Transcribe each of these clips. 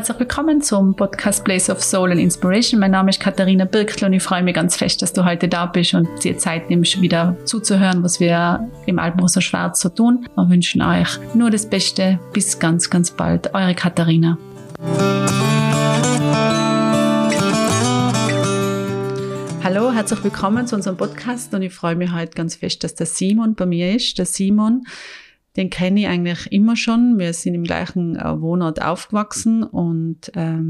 Herzlich willkommen zum Podcast Place of Soul and Inspiration. Mein Name ist Katharina Birktl und ich freue mich ganz fest, dass du heute da bist und dir Zeit nimmst, wieder zuzuhören, was wir im Alpenrosa Schwarz so tun. Wir wünschen euch nur das Beste. Bis ganz, ganz bald. Eure Katharina. Hallo, herzlich willkommen zu unserem Podcast und ich freue mich heute ganz fest, dass der Simon bei mir ist. Der Simon, den kenne ich eigentlich immer schon. Wir sind im gleichen Wohnort aufgewachsen und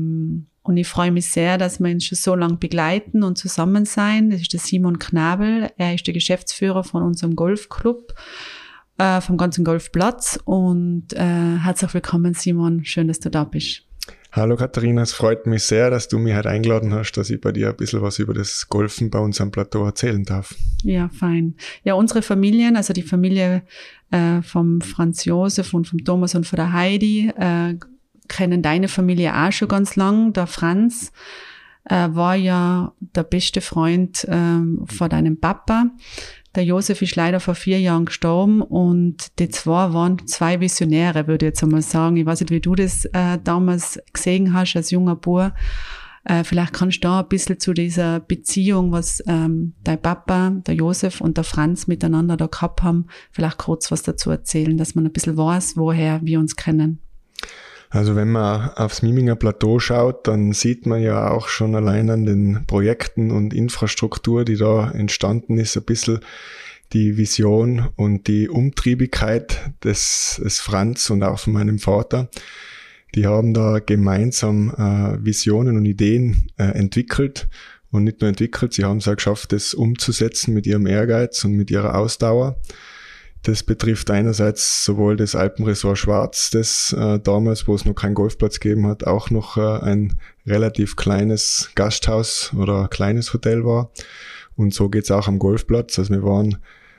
ich freue mich sehr, dass wir ihn schon so lange begleiten und zusammen sein. Das ist der Simon Knabel. Er ist der Geschäftsführer von unserem Golfclub, vom ganzen Golfplatz. Und herzlich willkommen, Simon. Schön, dass du da bist. Hallo Katharina, es freut mich sehr, dass du mich heute eingeladen hast, dass ich bei dir ein bisschen was über das Golfen bei uns am Plateau erzählen darf. Ja, fein. Ja, unsere Familien, also die Familie vom Franz Josef und vom Thomas und von der Heidi, kennen deine Familie auch schon ganz lang. Der Franz war ja der beste Freund von deinem Papa. Der Josef ist leider vor 4 Jahren gestorben und die zwei waren 2 Visionäre, würde ich jetzt einmal sagen. Ich weiß nicht, wie du das damals gesehen hast als junger Bub. Vielleicht kannst du da ein bisschen zu dieser Beziehung, was dein Papa, der Josef und der Franz miteinander da gehabt haben, vielleicht kurz was dazu erzählen, dass man ein bisschen weiß, woher wir uns kennen. Also wenn man aufs Miminger Plateau schaut, dann sieht man ja auch schon allein an den Projekten und Infrastruktur, die da entstanden ist, ein bisschen die Vision und die Umtriebigkeit des Franz und auch von meinem Vater. Die haben da gemeinsam Visionen und Ideen entwickelt und nicht nur entwickelt, sie haben es auch geschafft, das umzusetzen mit ihrem Ehrgeiz und mit ihrer Ausdauer. Das betrifft einerseits sowohl das Alpenresort Schwarz, das damals, wo es noch keinen Golfplatz gegeben hat, auch noch ein relativ kleines Gasthaus oder kleines Hotel war. Und so geht's auch am Golfplatz. Also wir waren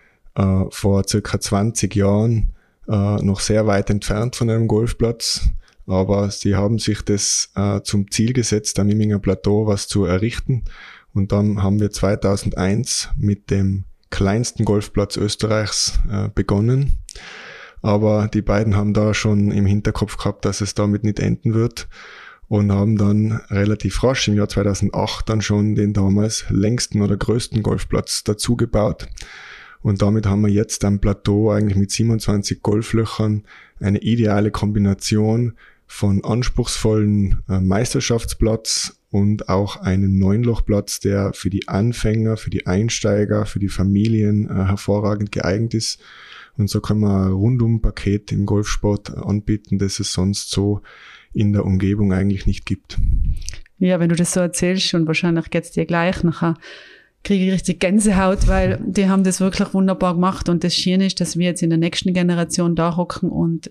vor circa 20 Jahren noch sehr weit entfernt von einem Golfplatz. Aber sie haben sich das zum Ziel gesetzt, am Miminger Plateau was zu errichten. Und dann haben wir 2001 mit dem kleinsten Golfplatz Österreichs begonnen. Aber die beiden haben da schon im Hinterkopf gehabt, dass es damit nicht enden wird und haben dann relativ rasch im Jahr 2008 dann schon den damals längsten oder größten Golfplatz dazu gebaut. Und damit haben wir jetzt am Plateau eigentlich mit 27 Golflöchern eine ideale Kombination von anspruchsvollen Meisterschaftsplatz und auch einen 9-Lochplatz, der für die Anfänger, für die Einsteiger, für die Familien hervorragend geeignet ist. Und so kann man ein Rundum-Paket im Golfsport anbieten, das es sonst so in der Umgebung eigentlich nicht gibt. Ja, wenn du das so erzählst und wahrscheinlich geht's dir gleich nachher, kriege ich richtig Gänsehaut, weil die haben das wirklich wunderbar gemacht und das Schöne ist, dass wir jetzt in der nächsten Generation da hocken und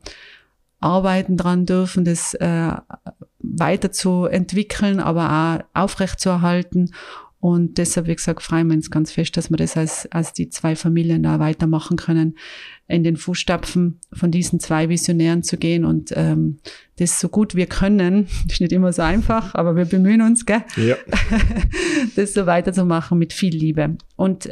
arbeiten dran dürfen, das weiterzuentwickeln, aber auch aufrechtzuerhalten. Und deshalb, wie gesagt, freuen wir uns ganz fest, dass wir das als die 2 Familien da weitermachen können, in den Fußstapfen von diesen 2 Visionären zu gehen und das so gut wir können, ist nicht immer so einfach, aber wir bemühen uns, gell? Ja. Das so weiterzumachen mit viel Liebe. Und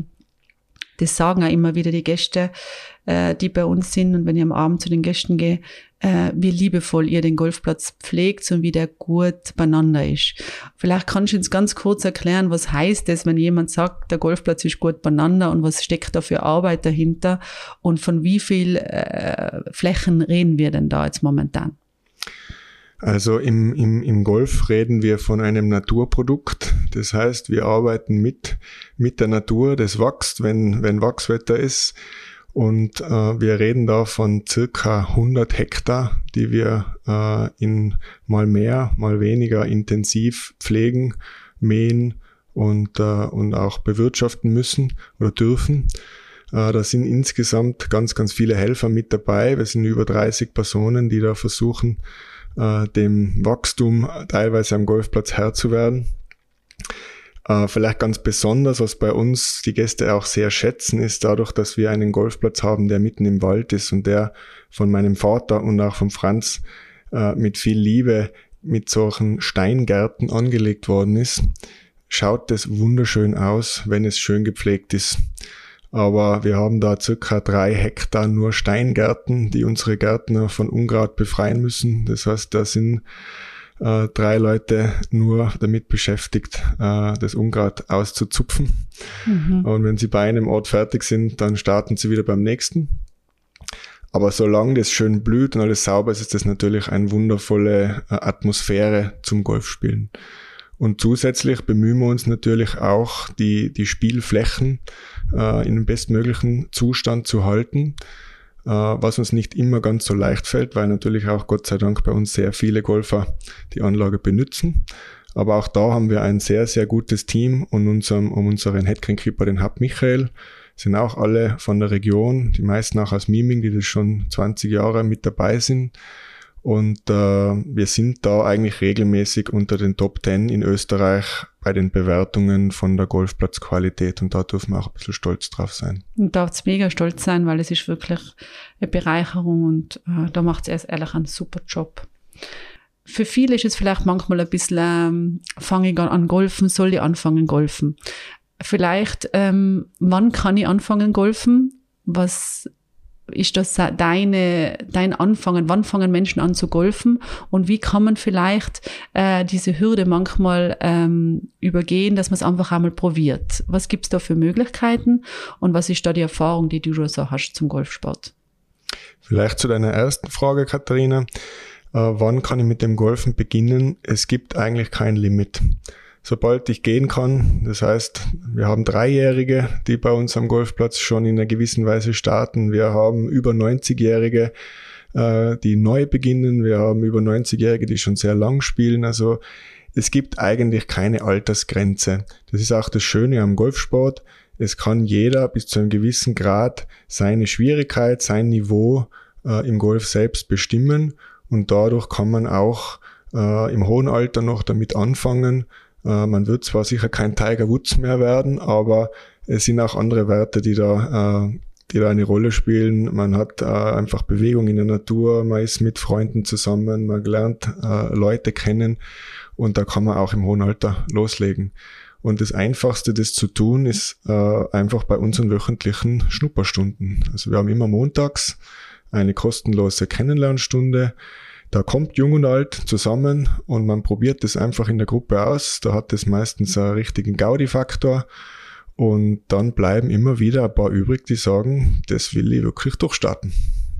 das sagen auch immer wieder die Gäste, die bei uns sind. Und wenn ich am Abend zu den Gästen gehe, wie liebevoll ihr den Golfplatz pflegt und wie der gut beieinander ist. Vielleicht kannst du uns ganz kurz erklären, was heißt das, wenn jemand sagt, der Golfplatz ist gut beieinander und was steckt da für Arbeit dahinter und von wie viel Flächen reden wir denn da jetzt momentan? Also im Golf reden wir von einem Naturprodukt. Das heißt, wir arbeiten mit der Natur. Das wächst, wenn Wachswetter ist. Und wir reden da von circa 100 Hektar, die wir in mal mehr, mal weniger intensiv pflegen, mähen und auch bewirtschaften müssen oder dürfen. Da sind insgesamt ganz, ganz viele Helfer mit dabei. Wir sind über 30 Personen, die da versuchen, dem Wachstum teilweise am Golfplatz Herr zu werden. Vielleicht ganz besonders, was bei uns die Gäste auch sehr schätzen, ist dadurch, dass wir einen Golfplatz haben, der mitten im Wald ist und der von meinem Vater und auch vom Franz mit viel Liebe mit solchen Steingärten angelegt worden ist, schaut es wunderschön aus, wenn es schön gepflegt ist. Aber wir haben da circa 3 Hektar nur Steingärten, die unsere Gärtner von Unkraut befreien müssen. Das heißt, da sind 3 Leute nur damit beschäftigt, das Unkraut auszuzupfen. Und wenn sie bei einem Ort fertig sind, dann starten sie wieder beim nächsten. Aber solange das schön blüht und alles sauber ist, ist das natürlich eine wundervolle Atmosphäre zum Golfspielen. Und zusätzlich bemühen wir uns natürlich auch, die Spielflächen in dem bestmöglichen Zustand zu halten, was uns nicht immer ganz so leicht fällt, weil natürlich auch Gott sei Dank bei uns sehr viele Golfer die Anlage benutzen. Aber auch da haben wir ein sehr, sehr gutes Team und um unseren Headgreen-Keeper, den Hab Michael, sind auch alle von der Region, die meisten auch aus Miming, die das schon 20 Jahre mit dabei sind. Und wir sind da eigentlich regelmäßig unter den Top 10 in Österreich bei den Bewertungen von der Golfplatzqualität. Und da dürfen wir auch ein bisschen stolz drauf sein. Und da darf mega stolz sein, weil es ist wirklich eine Bereicherung und da macht es ehrlich einen super Job. Für viele ist es vielleicht manchmal ein bisschen, fange ich an golfen, soll ich anfangen golfen? Vielleicht, wann kann ich anfangen golfen? Was ist das dein Anfangen? Wann fangen Menschen an zu golfen? Und wie kann man vielleicht diese Hürde manchmal übergehen, dass man es einfach einmal probiert? Was gibt's da für Möglichkeiten? Und was ist da die Erfahrung, die du so hast zum Golfsport? Vielleicht zu deiner ersten Frage, Katharina. Wann kann ich mit dem Golfen beginnen? Es gibt eigentlich kein Limit. Sobald ich gehen kann, das heißt, wir haben 3-Jährige, die bei uns am Golfplatz schon in einer gewissen Weise starten. Wir haben über 90-Jährige, die neu beginnen. Wir haben über 90-Jährige, die schon sehr lang spielen. Also es gibt eigentlich keine Altersgrenze. Das ist auch das Schöne am Golfsport. Es kann jeder bis zu einem gewissen Grad seine Schwierigkeit, sein Niveau im Golf selbst bestimmen. Und dadurch kann man auch im hohen Alter noch damit anfangen. Man wird zwar sicher kein Tiger Woods mehr werden, aber es sind auch andere Werte, die da eine Rolle spielen. Man hat einfach Bewegung in der Natur, man ist mit Freunden zusammen, man lernt Leute kennen und da kann man auch im hohen Alter loslegen. Und das Einfachste, das zu tun, ist einfach bei unseren wöchentlichen Schnupperstunden. Also wir haben immer montags eine kostenlose Kennenlernstunde. Da kommt Jung und Alt zusammen und man probiert das einfach in der Gruppe aus. Da hat es meistens einen richtigen Gaudi-Faktor und dann bleiben immer wieder ein paar übrig, die sagen, das will ich wirklich durchstarten.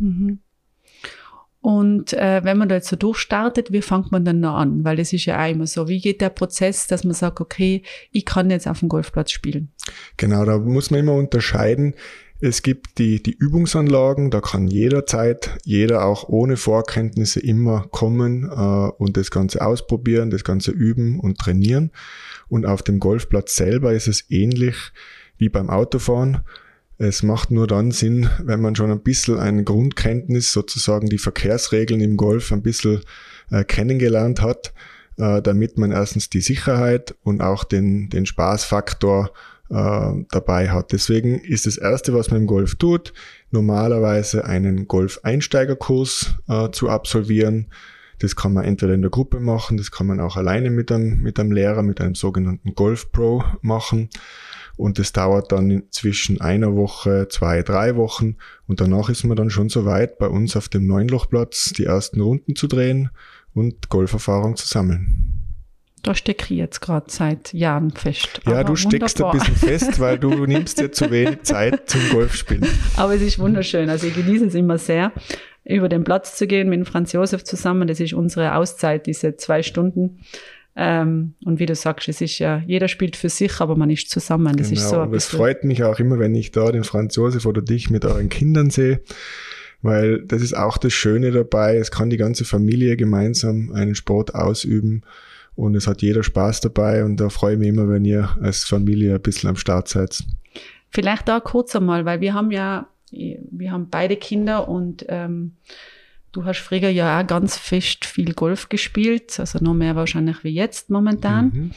Und wenn man da jetzt so durchstartet, wie fängt man dann noch an? Weil das ist ja auch immer so, wie geht der Prozess, dass man sagt, okay, ich kann jetzt auf dem Golfplatz spielen? Genau, da muss man immer unterscheiden. Es gibt die Übungsanlagen, da kann jederzeit jeder auch ohne Vorkenntnisse immer kommen und das Ganze ausprobieren, das Ganze üben und trainieren. Und auf dem Golfplatz selber ist es ähnlich wie beim Autofahren. Es macht nur dann Sinn, wenn man schon ein bisschen eine Grundkenntnis, sozusagen die Verkehrsregeln im Golf ein bisschen kennengelernt hat, damit man erstens die Sicherheit und auch den Spaßfaktor dabei hat. Deswegen ist das Erste, was man im Golf tut, normalerweise einen Golf-Einsteigerkurs zu absolvieren. Das kann man entweder in der Gruppe machen, das kann man auch alleine mit einem Lehrer, mit einem sogenannten Golf-Pro machen. Und das dauert dann zwischen 1 Woche, 2, 3 Wochen. Und danach ist man dann schon so weit, bei uns auf dem 9-Lochplatz die ersten Runden zu drehen und Golferfahrung zu sammeln. Da stecke ich jetzt gerade seit Jahren fest. Ja, du steckst ein bisschen fest, weil du nimmst dir zu wenig Zeit zum Golfspielen. Aber es ist wunderschön. Also ich genieße es immer sehr, über den Platz zu gehen mit Franz Josef zusammen. Das ist unsere Auszeit, diese 2 Stunden. Und wie du sagst, es ist ja, jeder spielt für sich, aber man ist zusammen. Das genau, ist so aber es freut mich auch immer, wenn ich da den Franz Josef oder dich mit euren Kindern sehe. Weil das ist auch das Schöne dabei. Es kann die ganze Familie gemeinsam einen Sport ausüben. Und es hat jeder Spaß dabei und da freue ich mich immer, wenn ihr als Familie ein bisschen am Start seid. Vielleicht da kurz einmal, weil wir haben beide Kinder und du hast früher ja auch ganz fest viel Golf gespielt, also noch mehr wahrscheinlich wie jetzt momentan.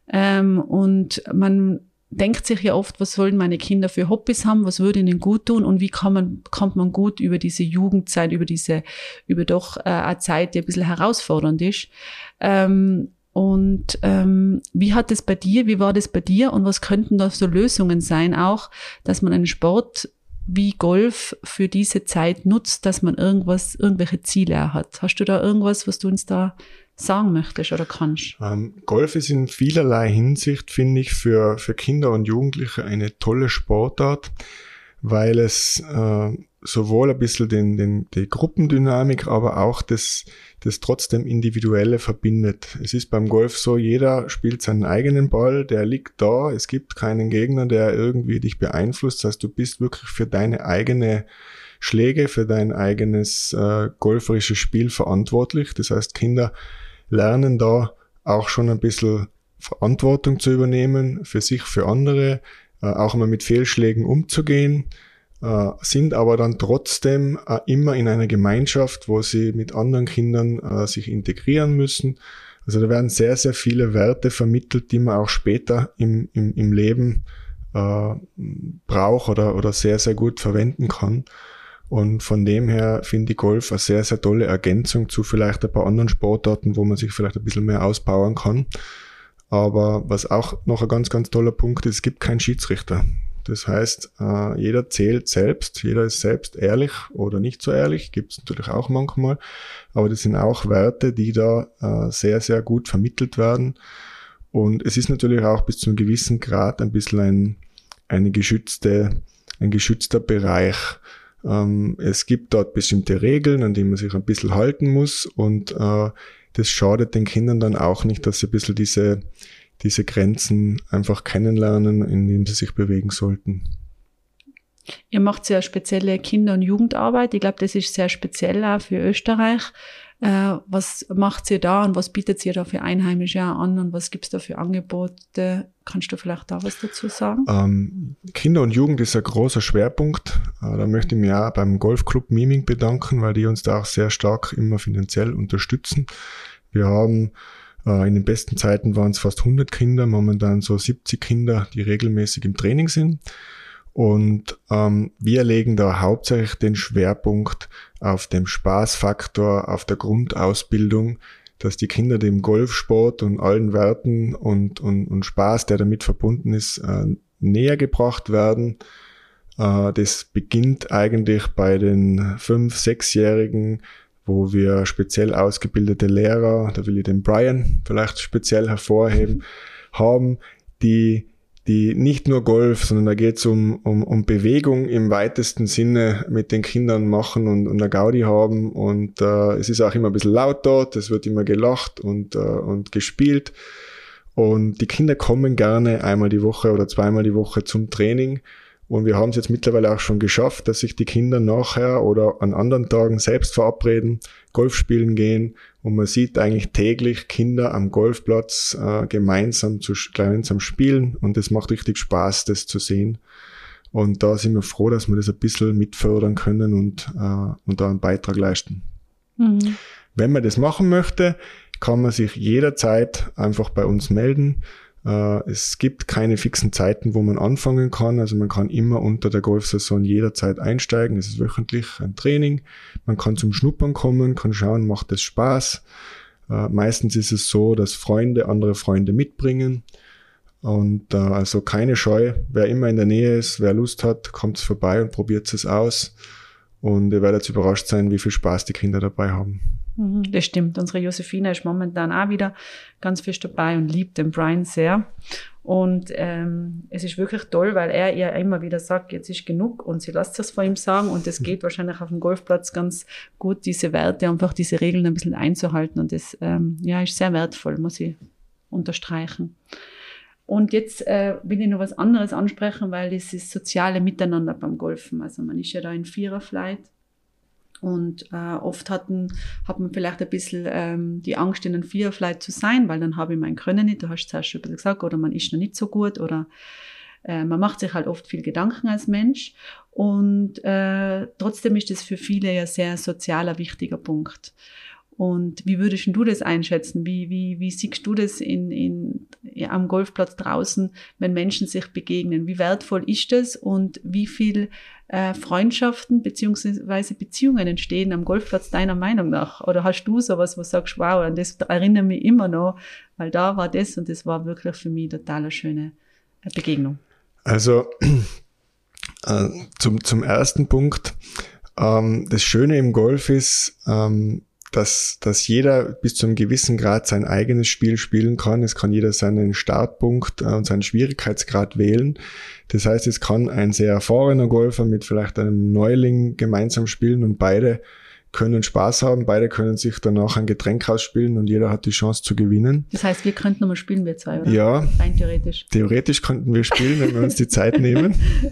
Und man denkt sich ja oft, was sollen meine Kinder für Hobbys haben, was würde ihnen gut tun und wie kommt man gut über diese Jugendzeit, über doch eine Zeit, die ein bisschen herausfordernd ist. Und wie war das bei dir und was könnten da so Lösungen sein auch, dass man einen Sport wie Golf für diese Zeit nutzt, dass man irgendwelche Ziele hat? Hast du da irgendwas, was du uns da sagen möchtest oder kannst? Golf ist in vielerlei Hinsicht, finde ich, für Kinder und Jugendliche eine tolle Sportart, weil es sowohl ein bisschen die Gruppendynamik, aber auch das trotzdem Individuelle verbindet. Es ist beim Golf so, jeder spielt seinen eigenen Ball, der liegt da, es gibt keinen Gegner, der irgendwie dich beeinflusst. Das heißt, du bist wirklich für deine eigene Schläge, für dein eigenes golferisches Spiel verantwortlich. Das heißt, Kinder lernen da auch schon ein bisschen Verantwortung zu übernehmen, für sich, für andere, auch mal mit Fehlschlägen umzugehen, sind aber dann trotzdem immer in einer Gemeinschaft, wo sie mit anderen Kindern sich integrieren müssen. Also da werden sehr, sehr viele Werte vermittelt, die man auch später im Leben braucht oder sehr, sehr gut verwenden kann. Und von dem her finde ich Golf eine sehr, sehr tolle Ergänzung zu vielleicht ein paar anderen Sportarten, wo man sich vielleicht ein bisschen mehr auspowern kann. Aber was auch noch ein ganz, ganz toller Punkt ist, es gibt keinen Schiedsrichter. Das heißt, jeder zählt selbst, jeder ist selbst ehrlich oder nicht so ehrlich, gibt es natürlich auch manchmal, aber das sind auch Werte, die da sehr, sehr gut vermittelt werden. Und es ist natürlich auch bis zu einem gewissen Grad ein bisschen ein geschützter Bereich. Es gibt dort bestimmte Regeln, an die man sich ein bisschen halten muss und das schadet den Kindern dann auch nicht, dass sie ein bisschen diese Grenzen einfach kennenlernen, in denen sie sich bewegen sollten. Ihr macht ja spezielle Kinder- und Jugendarbeit. Ich glaube, das ist sehr speziell auch für Österreich. Was macht ihr da und was bietet ihr da für Einheimische an und was gibt's da für Angebote? Kannst du vielleicht da was dazu sagen? Kinder und Jugend ist ein großer Schwerpunkt. Da möchte ich mich auch beim Golfclub Miming bedanken, weil die uns da auch sehr stark immer finanziell unterstützen. Wir haben in den besten Zeiten waren es fast 100 Kinder, momentan so 70 Kinder, die regelmäßig im Training sind. Und wir legen da hauptsächlich den Schwerpunkt auf dem Spaßfaktor, auf der Grundausbildung, dass die Kinder dem Golfsport und allen Werten und Spaß, der damit verbunden ist, näher gebracht werden. Das beginnt eigentlich bei den 5-, 6-Jährigen, wo wir speziell ausgebildete Lehrer, da will ich den Brian vielleicht speziell hervorheben, haben, die nicht nur Golf, sondern da geht es um Bewegung im weitesten Sinne mit den Kindern machen und eine Gaudi haben. Und es ist auch immer ein bisschen laut dort, es wird immer gelacht und gespielt. Und die Kinder kommen gerne einmal die Woche oder zweimal die Woche zum Training. Und wir haben es jetzt mittlerweile auch schon geschafft, dass sich die Kinder nachher oder an anderen Tagen selbst verabreden, Golf spielen gehen. Und man sieht eigentlich täglich Kinder am Golfplatz gemeinsam spielen. Und es macht richtig Spaß, das zu sehen. Und da sind wir froh, dass wir das ein bisschen mitfördern können und da einen Beitrag leisten. Mhm. Wenn man das machen möchte, kann man sich jederzeit einfach bei uns melden. Es gibt keine fixen Zeiten, wo man anfangen kann. Also man kann immer unter der Golfsaison jederzeit einsteigen. Es ist wöchentlich ein Training. Man kann zum Schnuppern kommen, kann schauen, macht es Spaß. Meistens ist es so, dass andere Freunde mitbringen. Und also keine Scheu. Wer immer in der Nähe ist, wer Lust hat, kommt vorbei und probiert es aus. Und ihr werdet überrascht sein, wie viel Spaß die Kinder dabei haben. Das stimmt. Unsere Josefina ist momentan auch wieder ganz fest dabei und liebt den Brian sehr. Und es ist wirklich toll, weil er ihr immer wieder sagt, jetzt ist genug und sie lässt das von ihm sagen. Und es geht wahrscheinlich auf dem Golfplatz ganz gut, diese Werte, einfach diese Regeln ein bisschen einzuhalten. Und das ist sehr wertvoll, muss ich unterstreichen. Und jetzt will ich noch was anderes ansprechen, weil das ist soziale Miteinander beim Golfen. Also man ist ja da in Viererflight. Und oft hat man vielleicht ein bisschen die Angst, in einem Viererflight zu sein, weil dann habe ich mein Können nicht, du hast es zuerst schon gesagt, oder man ist noch nicht so gut, oder man macht sich halt oft viel Gedanken als Mensch. Und trotzdem ist das für viele ja sehr sozialer, wichtiger Punkt. Und wie würdest du das einschätzen? Wie siehst du das am Golfplatz draußen, wenn Menschen sich begegnen? Wie wertvoll ist das und wie viel Freundschaften beziehungsweise Beziehungen entstehen am Golfplatz deiner Meinung nach? Oder hast du sowas, wo du sagst, wow, an das erinnere ich mich immer noch, weil da war das und das war wirklich für mich total eine schöne Begegnung. Also zum ersten Punkt, das Schöne im Golf ist, dass jeder bis zu einem gewissen Grad sein eigenes Spiel spielen kann. Es kann jeder seinen Startpunkt und seinen Schwierigkeitsgrad wählen. Das heißt, es kann ein sehr erfahrener Golfer mit vielleicht einem Neuling gemeinsam spielen und beide können Spaß haben, beide können sich danach ein Getränk ausspielen und jeder hat die Chance zu gewinnen. Das heißt, wir könnten nochmal spielen, wir zwei, oder? Ja. Rein theoretisch. Theoretisch könnten wir spielen, wenn wir uns die Zeit nehmen.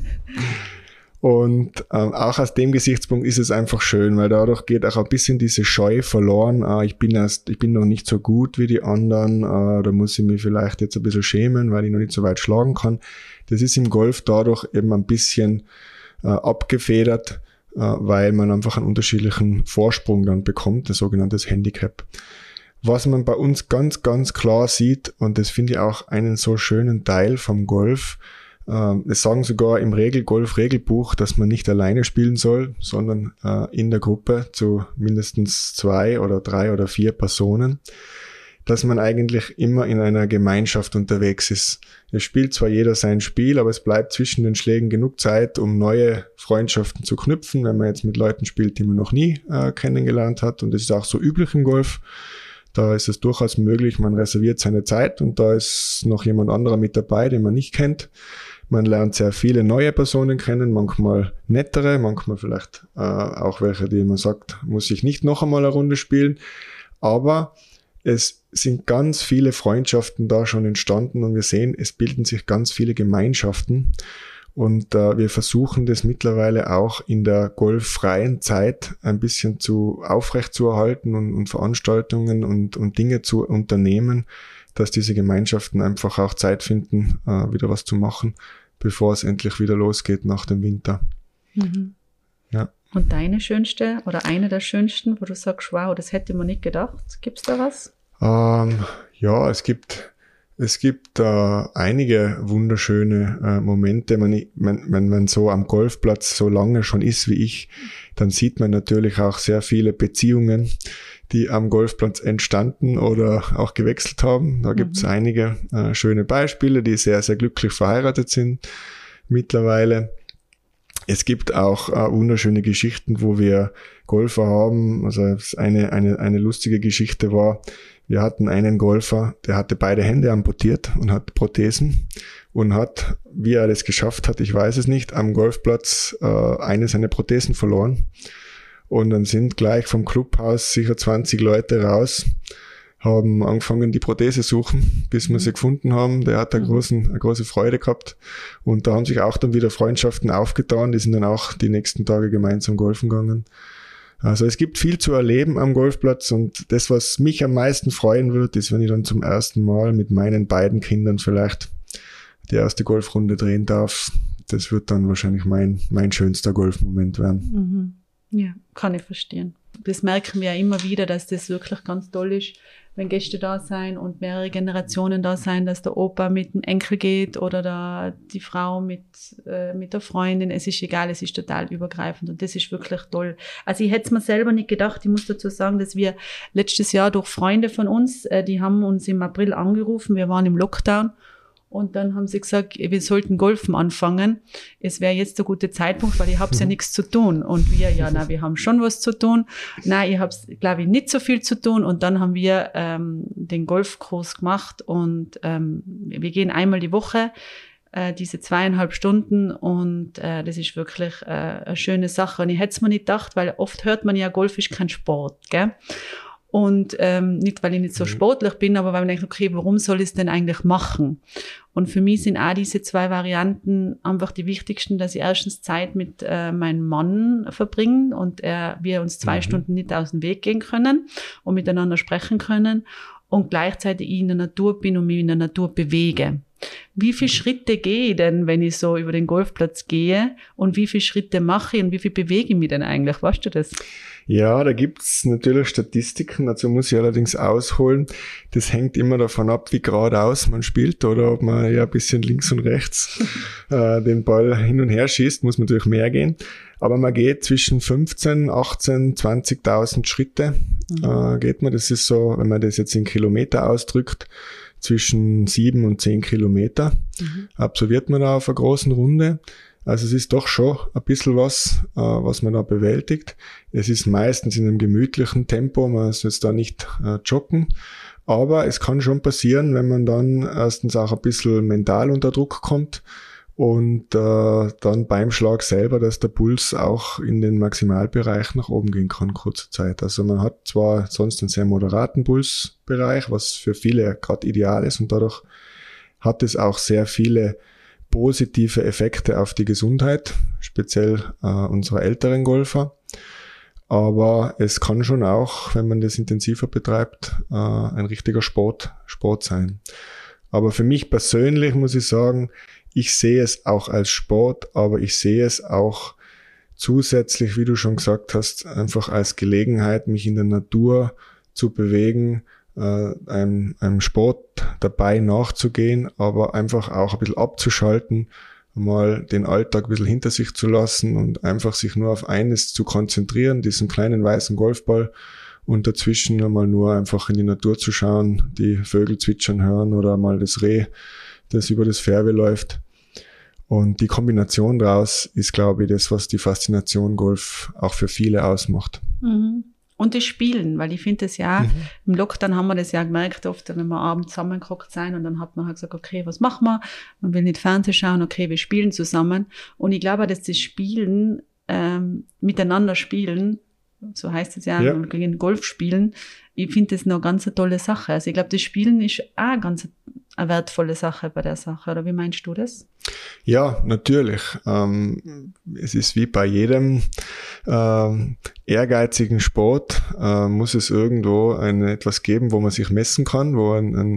Und auch aus dem Gesichtspunkt ist es einfach schön, weil dadurch geht auch ein bisschen diese Scheu verloren. Ich bin noch nicht so gut wie die anderen, da muss ich mich vielleicht jetzt ein bisschen schämen, weil ich noch nicht so weit schlagen kann. Das ist im Golf dadurch eben ein bisschen abgefedert, weil man einfach einen unterschiedlichen Vorsprung dann bekommt, das sogenannte Handicap. Was man bei uns ganz, ganz klar sieht, und das finde ich auch einen so schönen Teil vom Golf, es sagen sogar im Golf-Regelbuch, dass man nicht alleine spielen soll, sondern in der Gruppe zu mindestens 2 oder 3 oder 4 Personen, dass man eigentlich immer in einer Gemeinschaft unterwegs ist. Es spielt zwar jeder sein Spiel, aber es bleibt zwischen den Schlägen genug Zeit, um neue Freundschaften zu knüpfen, wenn man jetzt mit Leuten spielt, die man noch nie kennengelernt hat. Und das ist auch so üblich im Golf. Da ist es durchaus möglich, man reserviert seine Zeit und da ist noch jemand anderer mit dabei, den man nicht kennt. Man lernt sehr viele neue Personen kennen, manchmal nettere, manchmal vielleicht auch welche, die man sagt, muss ich nicht noch einmal eine Runde spielen. Aber es sind ganz viele Freundschaften da schon entstanden und wir sehen, es bilden sich ganz viele Gemeinschaften. Und wir versuchen das mittlerweile auch in der golffreien Zeit ein bisschen aufrechtzuerhalten und Veranstaltungen und Dinge zu unternehmen, dass diese Gemeinschaften einfach auch Zeit finden, wieder was zu machen, bevor es endlich wieder losgeht nach dem Winter. Mhm. Ja. Und deine schönste oder eine der schönsten, wo du sagst, wow, das hätte man nicht gedacht. Gibt's da was? Ja, es gibt einige wunderschöne Momente. Wenn man so am Golfplatz so lange schon ist wie ich, dann sieht man natürlich auch sehr viele Beziehungen, die am Golfplatz entstanden oder auch gewechselt haben. Da gibt's einige schöne Beispiele, die sehr, sehr glücklich verheiratet sind mittlerweile. Es gibt auch wunderschöne Geschichten, wo wir Golfer haben. Also eine lustige Geschichte war, wir hatten einen Golfer, der hatte beide Hände amputiert und hat Prothesen und hat, wie er das geschafft hat, ich weiß es nicht, am Golfplatz eine seiner Prothesen verloren. Und dann sind gleich vom Clubhaus sicher 20 Leute raus, haben angefangen, die Prothese suchen, bis wir sie gefunden haben. Der hat eine große Freude gehabt. Und da haben sich auch dann wieder Freundschaften aufgetan. Die sind dann auch die nächsten Tage gemeinsam golfen gegangen. Also es gibt viel zu erleben am Golfplatz und das, was mich am meisten freuen wird, ist, wenn ich dann zum ersten Mal mit meinen beiden Kindern vielleicht die erste Golfrunde drehen darf. Das wird dann wahrscheinlich mein schönster Golfmoment werden. Ja, kann ich verstehen. Das merken wir ja immer wieder, dass das wirklich ganz toll ist, wenn Gäste da sein und mehrere Generationen da sein, dass der Opa mit dem Enkel geht oder die Frau mit der Freundin. Es ist egal, es ist total übergreifend und das ist wirklich toll. Also ich hätte es mir selber nicht gedacht. Ich muss dazu sagen, dass wir letztes Jahr durch Freunde von uns, die haben uns im April angerufen, wir waren im Lockdown. Und dann haben sie gesagt, wir sollten Golfen anfangen. Es wäre jetzt der gute Zeitpunkt, weil ich habe ja nichts zu tun. Und wir haben schon was zu tun. Nein, ich habe, glaube ich, nicht so viel zu tun. Und dann haben wir den Golfkurs gemacht und wir gehen einmal die Woche, diese 2,5 Stunden und das ist wirklich eine schöne Sache. Und ich hätte es mir nicht gedacht, weil oft hört man ja, Golf ist kein Sport, gell? Und nicht, weil ich nicht so sportlich bin, aber weil man denkt, okay, warum soll ich es denn eigentlich machen? Und für mich sind auch diese 2 Varianten einfach die wichtigsten, dass ich erstens Zeit mit meinem Mann verbringe und wir uns 2 Stunden nicht aus dem Weg gehen können und miteinander sprechen können und gleichzeitig ich in der Natur bin und mich in der Natur bewege. Wie viele Schritte gehe ich denn, wenn ich so über den Golfplatz gehe? Und wie viele Schritte mache ich und wie viel bewege ich mich denn eigentlich? Weißt du das? Ja, da gibt's natürlich Statistiken, dazu muss ich allerdings ausholen. Das hängt immer davon ab, wie geradeaus man spielt oder ob man ja ein bisschen links und rechts den Ball hin und her schießt, muss man natürlich mehr gehen. Aber man geht zwischen 15, 18, 20.000 Schritte geht man. Das ist so, wenn man das jetzt in Kilometer ausdrückt, zwischen 7 und 10 Kilometer absolviert man da auf einer großen Runde. Also es ist doch schon ein bisschen was man da bewältigt. Es ist meistens in einem gemütlichen Tempo, man ist jetzt da nicht joggen. Aber es kann schon passieren, wenn man dann erstens auch ein bisschen mental unter Druck kommt und dann beim Schlag selber, dass der Puls auch in den Maximalbereich nach oben gehen kann, kurze Zeit. Also man hat zwar sonst einen sehr moderaten Pulsbereich, was für viele gerade ideal ist und dadurch hat es auch sehr viele positive Effekte auf die Gesundheit, speziell unserer älteren Golfer. Aber es kann schon auch, wenn man das intensiver betreibt, ein richtiger Sport sein. Aber für mich persönlich muss ich sagen, ich sehe es auch als Sport, aber ich sehe es auch zusätzlich, wie du schon gesagt hast, einfach als Gelegenheit, mich in der Natur zu bewegen, einem Sport dabei nachzugehen, aber einfach auch ein bisschen abzuschalten, mal den Alltag ein bisschen hinter sich zu lassen und einfach sich nur auf eines zu konzentrieren, diesen kleinen weißen Golfball und dazwischen mal nur einfach in die Natur zu schauen, die Vögel zwitschern hören oder mal das Reh, das über das Fairway läuft. Und die Kombination daraus ist, glaube ich, das, was die Faszination Golf auch für viele ausmacht. Mhm. Und das Spielen, weil ich finde das ja, im Lockdown haben wir das ja gemerkt oft, wenn wir abends zusammengeguckt sind und dann hat man halt gesagt, okay, was machen wir? Man will nicht Fernsehen schauen, okay, wir spielen zusammen. Und ich glaube, dass das Spielen, miteinander spielen, so heißt es ja, gegen Golf spielen, ich finde das noch ganz eine tolle Sache. Also ich glaube, das Spielen ist auch ganz eine wertvolle Sache bei der Sache, oder wie meinst du das? Ja, natürlich. Es ist wie bei jedem ehrgeizigen Sport, muss es irgendwo etwas geben, wo man sich messen kann, wo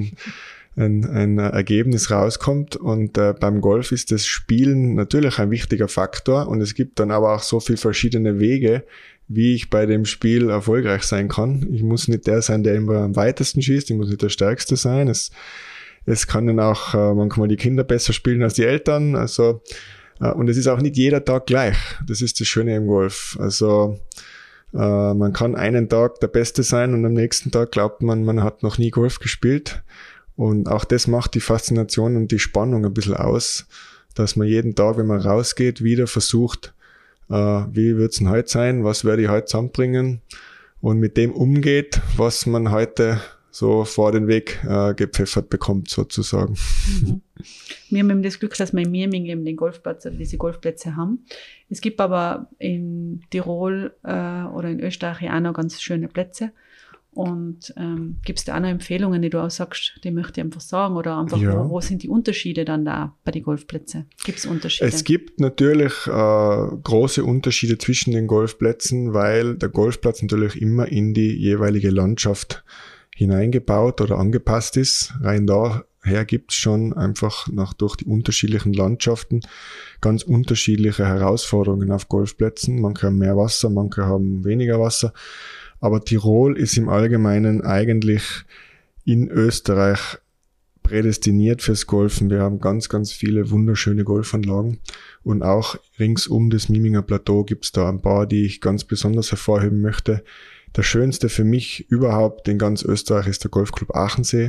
ein Ergebnis rauskommt. Und beim Golf ist das Spielen natürlich ein wichtiger Faktor. Und es gibt dann aber auch so viele verschiedene Wege, wie ich bei dem Spiel erfolgreich sein kann. Ich muss nicht der sein, der immer am weitesten schießt. Ich muss nicht der Stärkste sein. Es kann dann auch manchmal die Kinder besser spielen als die Eltern. Also, und es ist auch nicht jeder Tag gleich. Das ist das Schöne im Golf. Also, man kann einen Tag der Beste sein und am nächsten Tag glaubt man hat noch nie Golf gespielt. Und auch das macht die Faszination und die Spannung ein bisschen aus, dass man jeden Tag, wenn man rausgeht, wieder versucht, wie wird's denn heute sein? Was werde ich heute zusammenbringen? Und mit dem umgeht, was man heute so vor den Weg gepfeffert bekommt, sozusagen. Mhm. Wir haben eben das Glück, dass wir in Mieming eben den Golfplatz oder diese Golfplätze haben. Es gibt aber in Tirol oder in Österreich auch noch ganz schöne Plätze. Und gibt es da auch noch Empfehlungen, die du auch sagst, die möchte ich einfach sagen? Oder einfach, wo sind die Unterschiede dann da bei den Golfplätzen? Gibt es Unterschiede? Es gibt natürlich große Unterschiede zwischen den Golfplätzen, weil der Golfplatz natürlich immer in die jeweilige Landschaft hineingebaut oder angepasst ist. Rein daher gibt es schon einfach durch die unterschiedlichen Landschaften ganz unterschiedliche Herausforderungen auf Golfplätzen. Manche haben mehr Wasser, manche haben weniger Wasser. Aber Tirol ist im Allgemeinen eigentlich in Österreich prädestiniert fürs Golfen. Wir haben ganz, ganz viele wunderschöne Golfanlagen und auch rings um das Mieminger Plateau gibt es da ein paar, die ich ganz besonders hervorheben möchte. Der schönste für mich überhaupt in ganz Österreich ist der Golfclub Achensee.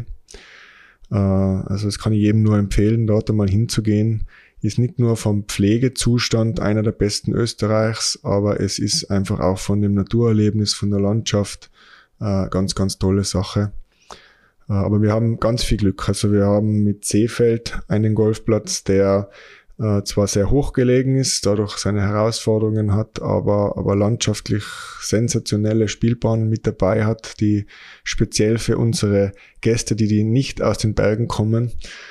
Also das kann ich jedem nur empfehlen, dort einmal hinzugehen. Ist nicht nur vom Pflegezustand einer der besten Österreichs, aber es ist einfach auch von dem Naturerlebnis, von der Landschaft ganz, ganz tolle Sache. Aber wir haben ganz viel Glück. Also wir haben mit Seefeld einen Golfplatz, der zwar sehr hoch gelegen ist, dadurch seine Herausforderungen hat, aber landschaftlich sensationelle Spielbahnen mit dabei hat, die speziell für unsere Gäste, die nicht aus den Bergen kommen,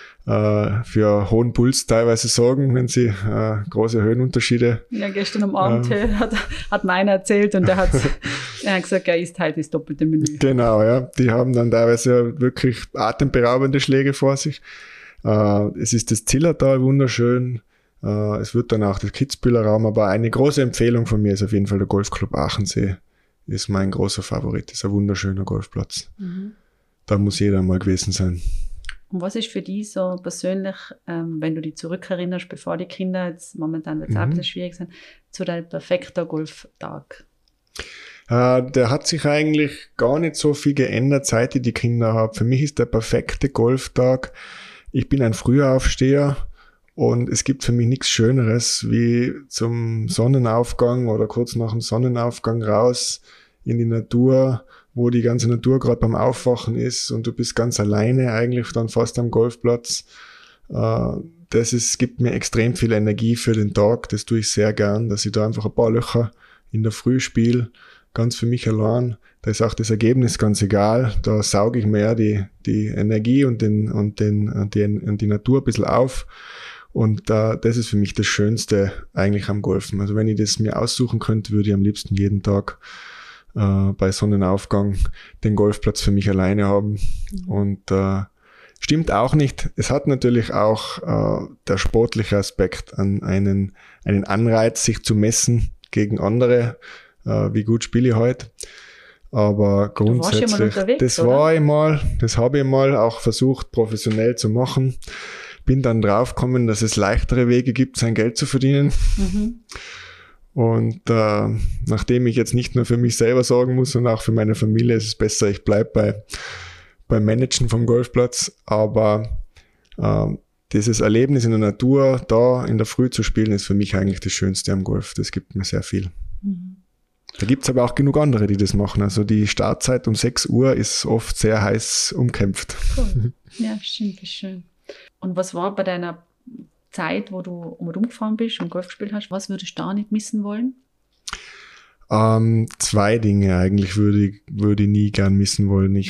für hohen Puls teilweise sorgen, wenn sie große Höhenunterschiede. Ja, gestern am Abend hat meiner erzählt und er hat gesagt, er isst halt das doppelte Menü. Genau, ja. Die haben dann teilweise wirklich atemberaubende Schläge vor sich. Es ist das Zillertal wunderschön. Es wird dann auch der Kitzbüheler Raum, aber eine große Empfehlung von mir ist auf jeden Fall der Golfclub Achensee. Ist mein großer Favorit. Das ist ein wunderschöner Golfplatz. Da muss jeder mal gewesen sein. Und was ist für dich so persönlich, wenn du dich zurückerinnerst, bevor die Kinder, jetzt momentan wird es auch ein bisschen schwierig sein, zu deinem perfekten Golftag? Der hat sich eigentlich gar nicht so viel geändert, seit ich die Kinder habe. Für mich ist der perfekte Golftag. Ich bin ein Frühaufsteher und es gibt für mich nichts Schöneres, wie zum Sonnenaufgang oder kurz nach dem Sonnenaufgang raus in die Natur, wo die ganze Natur gerade beim Aufwachen ist und du bist ganz alleine eigentlich dann fast am Golfplatz. Gibt mir extrem viel Energie für den Tag. Das tue ich sehr gern, dass ich da einfach ein paar Löcher in der Früh spiele, ganz für mich allein. Da ist auch das Ergebnis ganz egal. Da sauge ich mehr die Energie und die Natur ein bisschen auf. Und das ist für mich das Schönste eigentlich am Golfen. Also wenn ich das mir aussuchen könnte, würde ich am liebsten jeden Tag bei Sonnenaufgang den Golfplatz für mich alleine haben. Und stimmt auch nicht. Es hat natürlich auch der sportliche Aspekt einen Anreiz, sich zu messen gegen andere. Wie gut spiele ich heute? Aber grundsätzlich, das habe ich mal auch versucht, professionell zu machen. Bin dann draufgekommen, dass es leichtere Wege gibt, sein Geld zu verdienen. Und nachdem ich jetzt nicht nur für mich selber sorgen muss, sondern auch für meine Familie, ist es besser, ich bleibe beim Managen vom Golfplatz. Aber dieses Erlebnis in der Natur, da in der Früh zu spielen, ist für mich eigentlich das Schönste am Golf. Das gibt mir sehr viel. Da gibt's aber auch genug andere, die das machen. Also die Startzeit um 6 Uhr ist oft sehr heiß umkämpft. Cool. Ja, stimmt, wie schön. Und was war bei deiner Zeit, wo du umgefahren bist und Golf gespielt hast, was würdest du da nicht missen wollen? 2 Dinge eigentlich würde ich nie gern missen wollen. Ich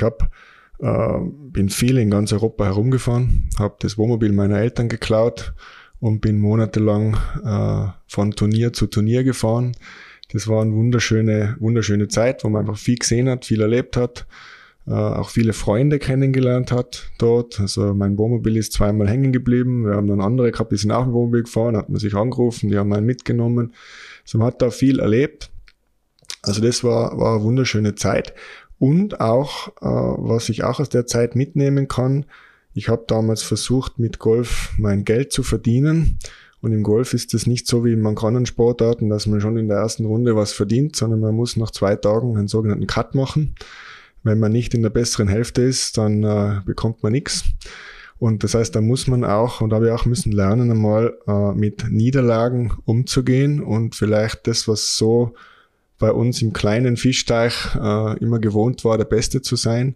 bin viel in ganz Europa herumgefahren, habe das Wohnmobil meiner Eltern geklaut und bin monatelang von Turnier zu Turnier gefahren. Das war eine wunderschöne Zeit, wo man einfach viel gesehen hat, viel erlebt hat, auch viele Freunde kennengelernt hat dort. Also mein Wohnmobil ist 2-mal hängen geblieben. Wir haben dann andere gehabt, die sind auch im Wohnmobil gefahren, hat man sich angerufen, die haben einen mitgenommen. Also man hat da viel erlebt. Also das war eine wunderschöne Zeit. Und auch, was ich auch aus der Zeit mitnehmen kann, ich habe damals versucht, mit Golf mein Geld zu verdienen. Und im Golf ist es nicht so wie in manchen anderen Sportarten, dass man schon in der ersten Runde was verdient, sondern man muss nach 2 Tagen einen sogenannten Cut machen. Wenn man nicht in der besseren Hälfte ist, dann bekommt man nichts. Und das heißt, da muss man auch, und da habe ich auch müssen lernen, einmal mit Niederlagen umzugehen und vielleicht das, was so bei uns im kleinen Fischteich immer gewohnt war, der Beste zu sein,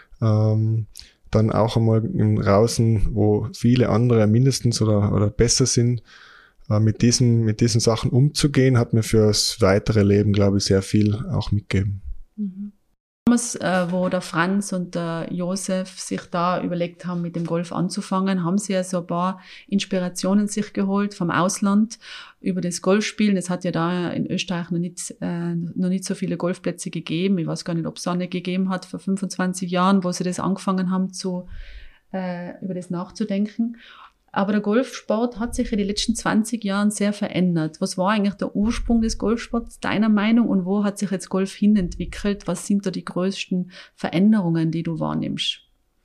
dann auch einmal im Draußen, wo viele andere mindestens oder besser sind, mit diesen Sachen umzugehen, hat mir fürs weitere Leben, glaube ich, sehr viel auch mitgegeben. Damals, wo der Franz und der Josef sich da überlegt haben, mit dem Golf anzufangen, haben sie ja so ein paar Inspirationen sich geholt vom Ausland über das Golfspielen. Es hat ja da in Österreich noch nicht so viele Golfplätze gegeben. Ich weiß gar nicht, ob es eine gegeben hat vor 25 Jahren, wo sie das angefangen haben, über das nachzudenken. Aber der Golfsport hat sich in den letzten 20 Jahren sehr verändert. Was war eigentlich der Ursprung des Golfsports, deiner Meinung? Und wo hat sich jetzt Golf hinentwickelt? Was sind da die größten Veränderungen, die du wahrnimmst?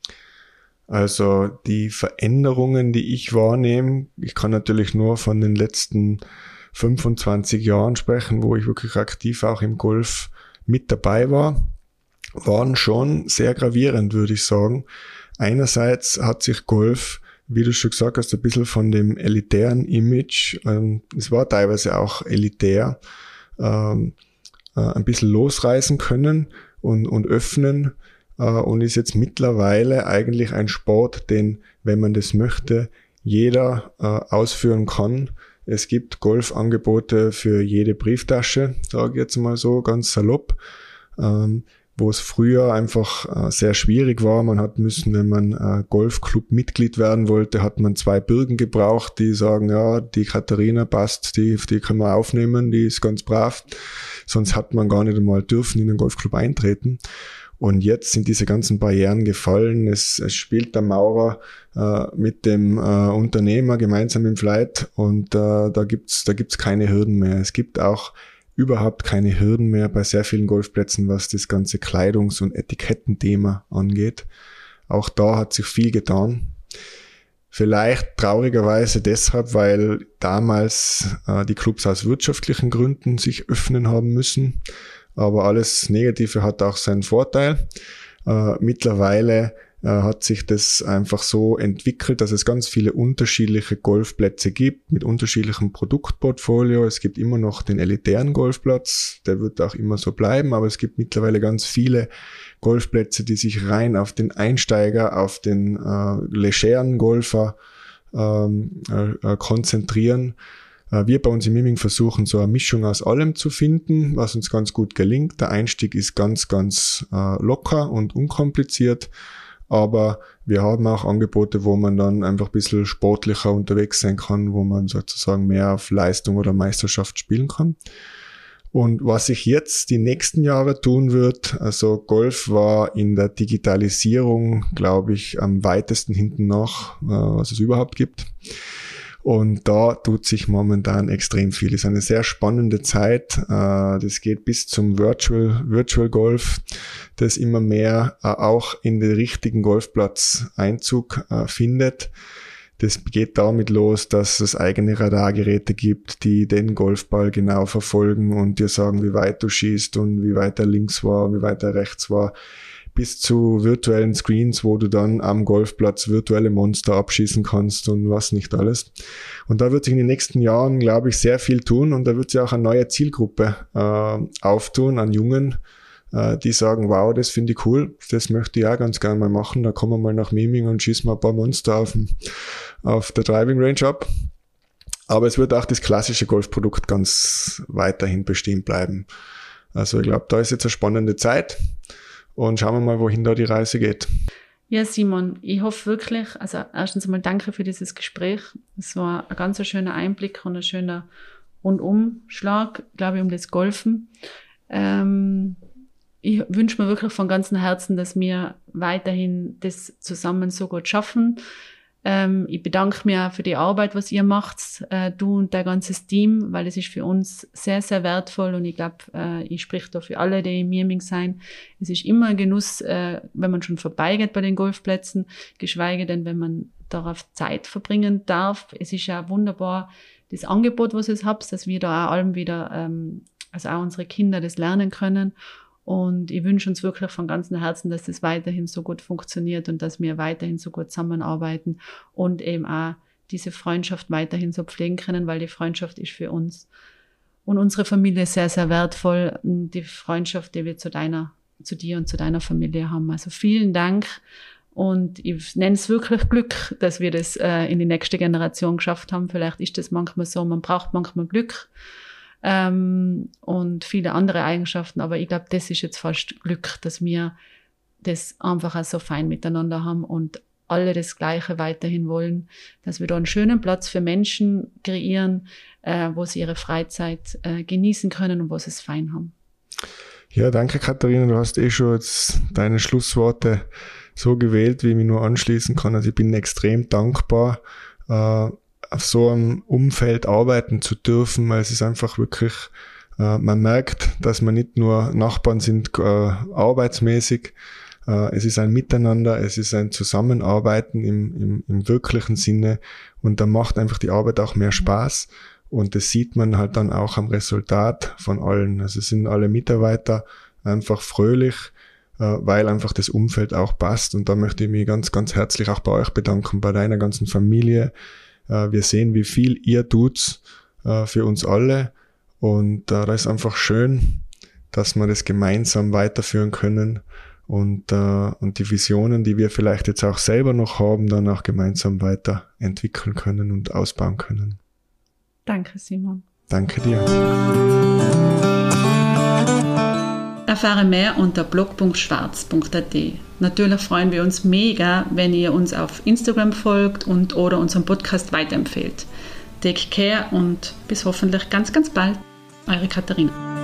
Also die Veränderungen, die ich wahrnehme, ich kann natürlich nur von den letzten 25 Jahren sprechen, wo ich wirklich aktiv auch im Golf mit dabei war, waren schon sehr gravierend, würde ich sagen. Einerseits hat sich Golf, wie du schon gesagt hast, ein bisschen von dem elitären Image, es war teilweise auch elitär, ein bisschen losreißen können und öffnen und ist jetzt mittlerweile eigentlich ein Sport, den, wenn man das möchte, jeder ausführen kann. Es gibt Golfangebote für jede Brieftasche, sage ich jetzt mal so ganz salopp. wo es früher einfach sehr schwierig war. Man hat müssen, wenn man Golfclub-Mitglied werden wollte, hat man 2 Bürgen gebraucht, die sagen, ja, die Katharina passt, die können wir aufnehmen, die ist ganz brav. Sonst hat man gar nicht einmal dürfen in den Golfclub eintreten. Und jetzt sind diese ganzen Barrieren gefallen. Es spielt der Maurer mit dem Unternehmer gemeinsam im Flight und da gibt's keine Hürden mehr. Es gibt auch überhaupt keine Hürden mehr bei sehr vielen Golfplätzen, was das ganze Kleidungs- und Etikettenthema angeht. Auch da hat sich viel getan. Vielleicht traurigerweise deshalb, weil damals die Clubs aus wirtschaftlichen Gründen sich öffnen haben müssen. Aber alles Negative hat auch seinen Vorteil. Mittlerweile hat sich das einfach so entwickelt, dass es ganz viele unterschiedliche Golfplätze gibt mit unterschiedlichem Produktportfolio. Es gibt immer noch den elitären Golfplatz, der wird auch immer so bleiben, aber es gibt mittlerweile ganz viele Golfplätze, die sich rein auf den Einsteiger, auf den legeren Golfer konzentrieren. Wir bei uns im Miming versuchen so eine Mischung aus allem zu finden, was uns ganz gut gelingt. Der Einstieg ist ganz locker und unkompliziert, aber wir haben auch Angebote, wo man dann einfach ein bisschen sportlicher unterwegs sein kann, wo man sozusagen mehr auf Leistung oder Meisterschaft spielen kann. Und was sich jetzt die nächsten Jahre tun wird, also Golf war in der Digitalisierung, glaube ich, am weitesten hinten nach, was es überhaupt gibt. Und da tut sich momentan extrem viel. Es ist eine sehr spannende Zeit. Das geht bis zum Virtual Golf, das immer mehr auch in den richtigen Golfplatz Einzug findet. Das geht damit los, dass es eigene Radargeräte gibt, die den Golfball genau verfolgen und dir sagen, wie weit du schießt und wie weit er links war, wie weit er rechts war. Bis zu virtuellen Screens, wo du dann am Golfplatz virtuelle Monster abschießen kannst und was nicht alles. Und da wird sich in den nächsten Jahren, glaube ich, sehr viel tun und da wird sich auch eine neue Zielgruppe auftun an Jungen, die sagen, wow, das finde ich cool, das möchte ich auch ganz gerne mal machen. Da kommen wir mal nach Miming und schießen mal ein paar Monster auf der Driving Range ab. Aber es wird auch das klassische Golfprodukt ganz weiterhin bestehen bleiben. Also ich glaube, da ist jetzt eine spannende Zeit. Und schauen wir mal, wohin da die Reise geht. Ja, Simon, ich hoffe wirklich, also erstens einmal danke für dieses Gespräch. Es war ein ganz schöner Einblick und ein schöner Rundumschlag, glaube ich, um das Golfen. Ich wünsche mir wirklich von ganzem Herzen, dass wir weiterhin das zusammen so gut schaffen. Ich bedanke mich auch für die Arbeit, was ihr macht, du und dein ganzes Team, weil es ist für uns sehr, sehr wertvoll und ich glaube, ich spreche da für alle, die im Miming sein. Es ist immer ein Genuss, wenn man schon vorbeigeht bei den Golfplätzen, geschweige denn, wenn man darauf Zeit verbringen darf. Es ist ja wunderbar, das Angebot, was ihr habt, dass wir da auch allem wieder, also auch unsere Kinder das lernen können. Und ich wünsche uns wirklich von ganzem Herzen, dass das weiterhin so gut funktioniert und dass wir weiterhin so gut zusammenarbeiten und eben auch diese Freundschaft weiterhin so pflegen können, weil die Freundschaft ist für uns und unsere Familie sehr, sehr wertvoll. Die Freundschaft, die wir zu dir und zu deiner Familie haben. Also vielen Dank und ich nenne es wirklich Glück, dass wir das in die nächste Generation geschafft haben. Vielleicht ist das manchmal so, man braucht manchmal Glück. Und viele andere Eigenschaften, aber ich glaube, das ist jetzt fast Glück, dass wir das einfach auch so fein miteinander haben und alle das Gleiche weiterhin wollen, dass wir da einen schönen Platz für Menschen kreieren, wo sie ihre Freizeit genießen können und wo sie es fein haben. Ja, danke Katharina, du hast schon jetzt deine Schlussworte so gewählt, wie ich mich nur anschließen kann. Also ich bin extrem dankbar, auf so einem Umfeld arbeiten zu dürfen, weil es ist einfach wirklich, man merkt, dass man nicht nur Nachbarn sind arbeitsmäßig, es ist ein Miteinander, es ist ein Zusammenarbeiten im wirklichen Sinne und da macht einfach die Arbeit auch mehr Spaß und das sieht man halt dann auch am Resultat von allen. Also sind alle Mitarbeiter einfach fröhlich, weil einfach das Umfeld auch passt und da möchte ich mich ganz, ganz herzlich auch bei euch bedanken, bei deiner ganzen Familie. Wir sehen, wie viel ihr tut für uns alle und da ist einfach schön, dass wir das gemeinsam weiterführen können und die Visionen, die wir vielleicht jetzt auch selber noch haben, dann auch gemeinsam weiterentwickeln können und ausbauen können. Danke, Simon. Danke dir. Erfahre mehr unter blog.schwarz.at. Natürlich freuen wir uns mega, wenn ihr uns auf Instagram folgt oder unseren Podcast weiterempfehlt. Take care und bis hoffentlich ganz, ganz bald. Eure Katharina.